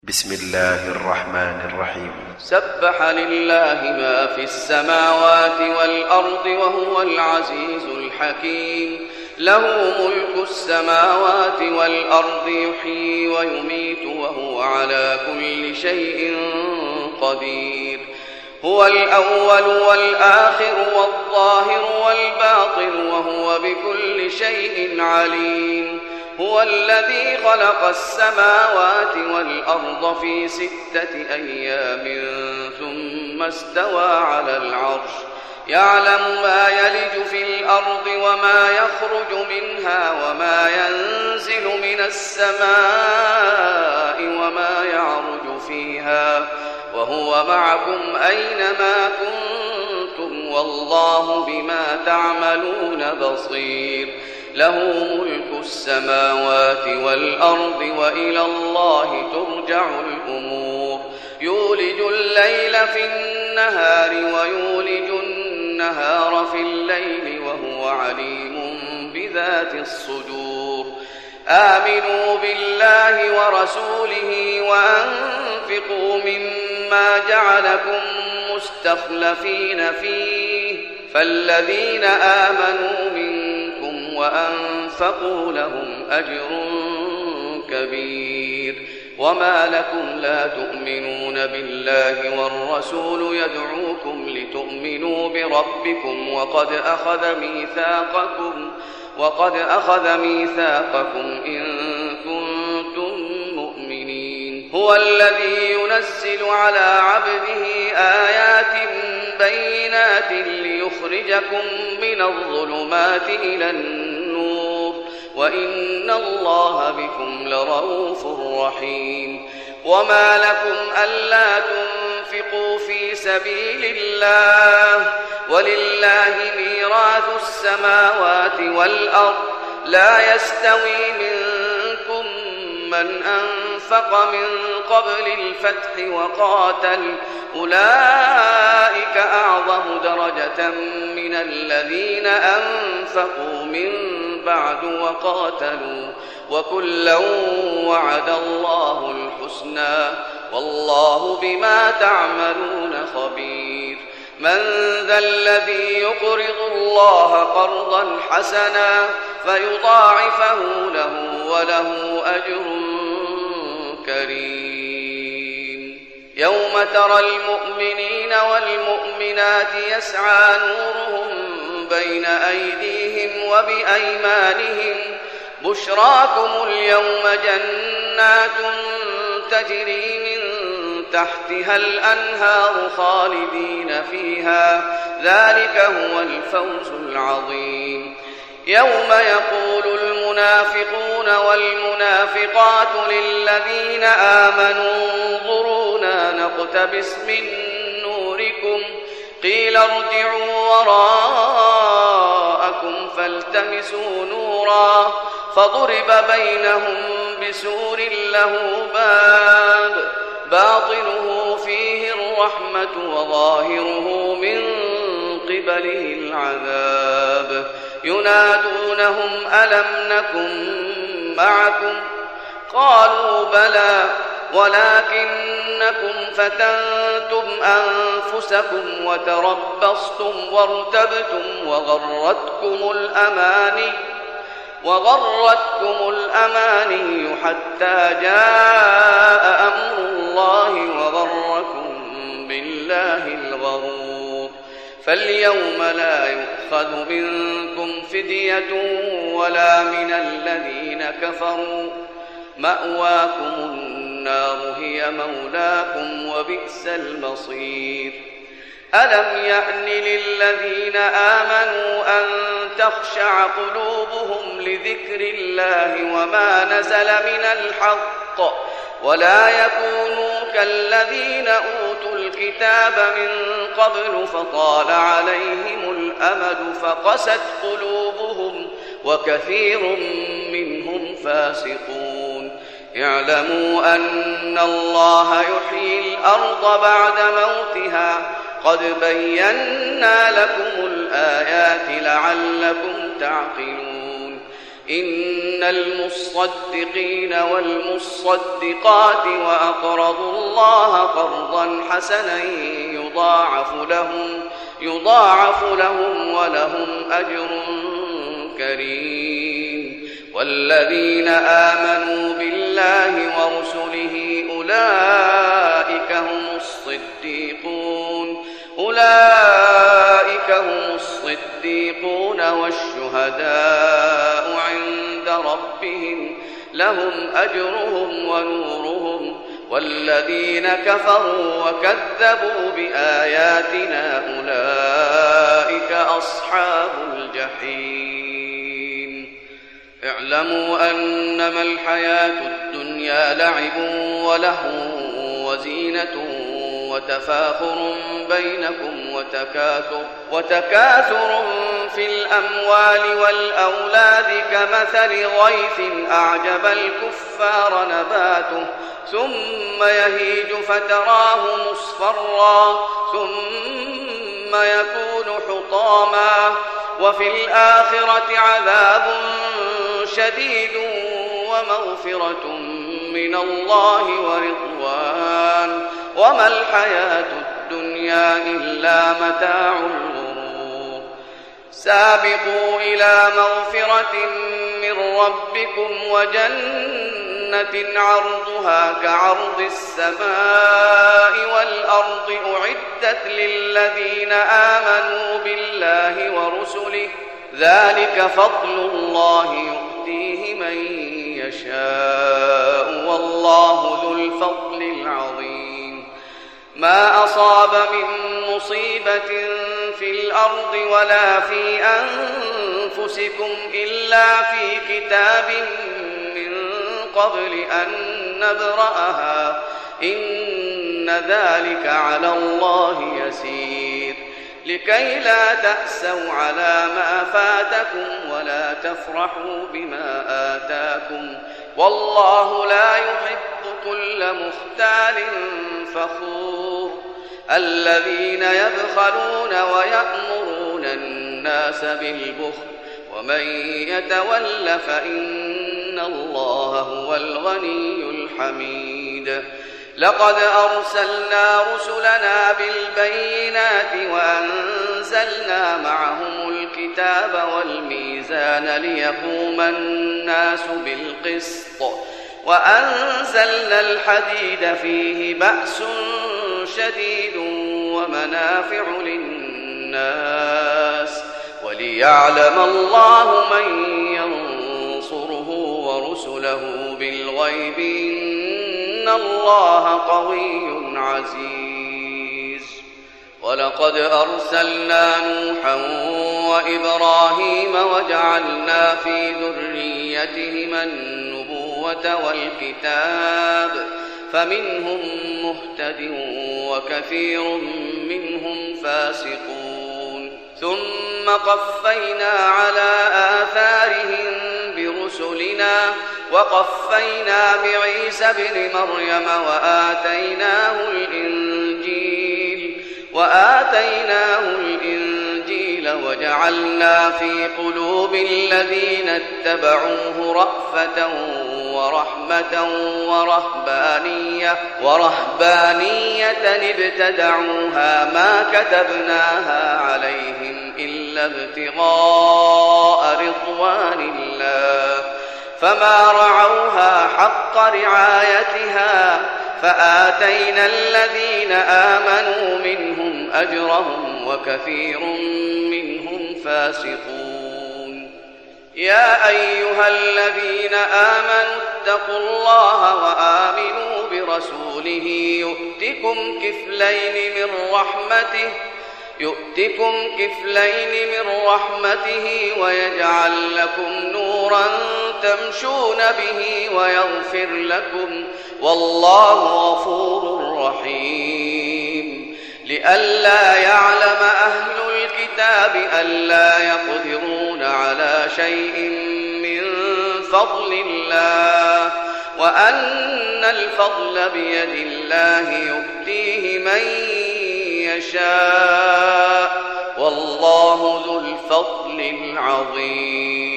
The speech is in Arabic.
بسم الله الرحمن الرحيم. سبح لله ما في السماوات والأرض وهو العزيز الحكيم. له ملك السماوات والأرض يحيي ويميت وهو على كل شيء قدير. هو الأول والآخر والظاهر والباطن وهو بكل شيء عليم. هو الذي خلق السماوات والأرض في 6 أيام ثم استوى على العرش. يعلم ما يلج في الأرض وما يخرج منها وما ينزل من السماء وما يعرج فيها وهو معكم أينما كنتم والله بما تعملون بصير. له ملك السماوات والأرض وإلى الله ترجع الأمور. يولج الليل في النهار ويولج النهار في الليل وهو عليم بذات الصدور. آمنوا بالله ورسوله وأنفقوا مما جعلكم مستخلفين فيه فالذين آمنوا منكم وأنفقوا لهم أجر كبير. وما لكم لا تؤمنون بالله والرسول يدعوكم لتؤمنوا بربكم وقد أخذ ميثاقكم إن كنتم مؤمنين. هو الذي ينزل على عبده آيات بينات ليخرجكم من الظلمات إلى النور وإن الله بكم لرؤوف رحيم. وما لكم ألا تنفقوا في سبيل الله ولله ميراث السماوات والأرض. لا يستوي منكم من أنفق من قبل الفتح وقاتل أولئك أعظم درجة من الذين أنفقوا من بعد وقاتلوا وكلا وعد الله الحسنى والله بما تعملون خبير. من ذا الذي يقرض الله قرضا حسنا فيضاعفه له وله أجر كريم. يوم ترى المؤمنين والمؤمنات يسعى نورهم بين أيديهم وبأيمانهم بشراكم اليوم جنات تجري من تحتها الأنهار خالدين فيها ذلك هو الفوز العظيم. يوم يقول المنافقون والمنافقات للذين آمنوا انظرونا نقتبس من نوركم قيل ارجعوا وراءكم فالتمسوا نورا فضرب بينهم بسور له باب باطنه فيه الرحمة وظاهره من قبله العذاب. ينادونهم ألم نكن معكم قالوا بلى ولكنكم فتنتم أنفسكم وتربصتم وارتبتم وغرتكم الأماني حتى جاء أمر الله وغركم بالله الغرور. فاليوم لا يؤخذ منكم فدية ولا من الذين كفروا مأواكم النار هي مولاكم وبئس المصير. ألم يأن للذين آمنوا أن تخشع قلوبهم لذكر الله وما نزل من الحق ولا يكونوا كالذين أوتوا الكتاب من قبل فطال عليهم الأمد فقست قلوبهم وكثير منهم فاسقون. اعلموا أن الله يحيي الأرض بعد موتها قد بينا لكم الآيات لعلكم تعقلون. إن المصدقين والمصدقات وأقرضوا الله قرضا حسنا يضاعف لهم ولهم أجر كريم. والذين آمنوا بالله ورسله أولئك هم الصديقون والشهداء عند ربهم لهم أجرهم ونورهم. والذين كفروا وكذبوا بآياتنا أولئك أصحاب الجحيم. اعلموا أنما الحياة الدنيا لعب ولهو وزينة وتفاخر بينكم وتكاثر في الأموال والأولاد كمثل غيث أعجب الكفار نباته ثم يهيج فتراه مصفرا ثم يكون حطاما وفي الآخرة عذاب شديد ومغفرة من الله ورضوان وما الحياة الدنيا إلا متاع الغرور. سابقوا إلى مغفرة من ربكم وجنة عرضها كعرض السماء والأرض أعدت للذين آمنوا بالله ورسله ذلك فضل الله يؤتيه من يشاء والله ذو الفضل العظيم. ما أصاب من مصيبة في الأرض ولا في أنفسكم إلا في كتاب من قبل أن نبرأها إن ذلك على الله يسير. لكي لا تأسوا على ما فاتكم ولا تفرحوا بما آتاكم والله لا يحب كل مختال فخور. الذين يبخلون ويأمرون الناس بالبخل ومن يتول فإن الله هو الغني الحميد. لقد أرسلنا رسلنا بالبينات وأنزلنا معهم الكتاب والميزان ليقوم الناس بالقسط وأنزلنا الحديد فيه بأس شديد ومنافع للناس وليعلم الله من ينصره ورسله بالغيب إن الله قوي عزيز. ولقد أرسلنا نوحا وإبراهيم وجعلنا في ذريتهما النبوة والكتاب فمنهم مهتد وكثير منهم فاسقون. ثم قفينا على آثارهم برسلنا وقفينا بعيسى ابن مريم وآتيناه الإنجيل وجعلنا في قلوب الذين اتبعوه رأفة ورحمة ورهبانية ابتدعوها ما كتبناها عليهم إلا ابتغاء رضوان الله فما رعوها حق رعايتها فآتينا الذين آمنوا منهم أجرهم وكثير منهم فاسقون. يا أيها الذين آمنوا اتقوا الله وآمنوا برسوله يؤتكم كفلين من رحمته ويجعل لكم نورا تمشون به ويغفر لكم والله غفور رحيم. لئلا يعلم أهل الكتاب ألا يقدرون على شيء من فضل الله وأن الفضل بيد الله يؤتيه من يشاء والله ذو الفضل العظيم.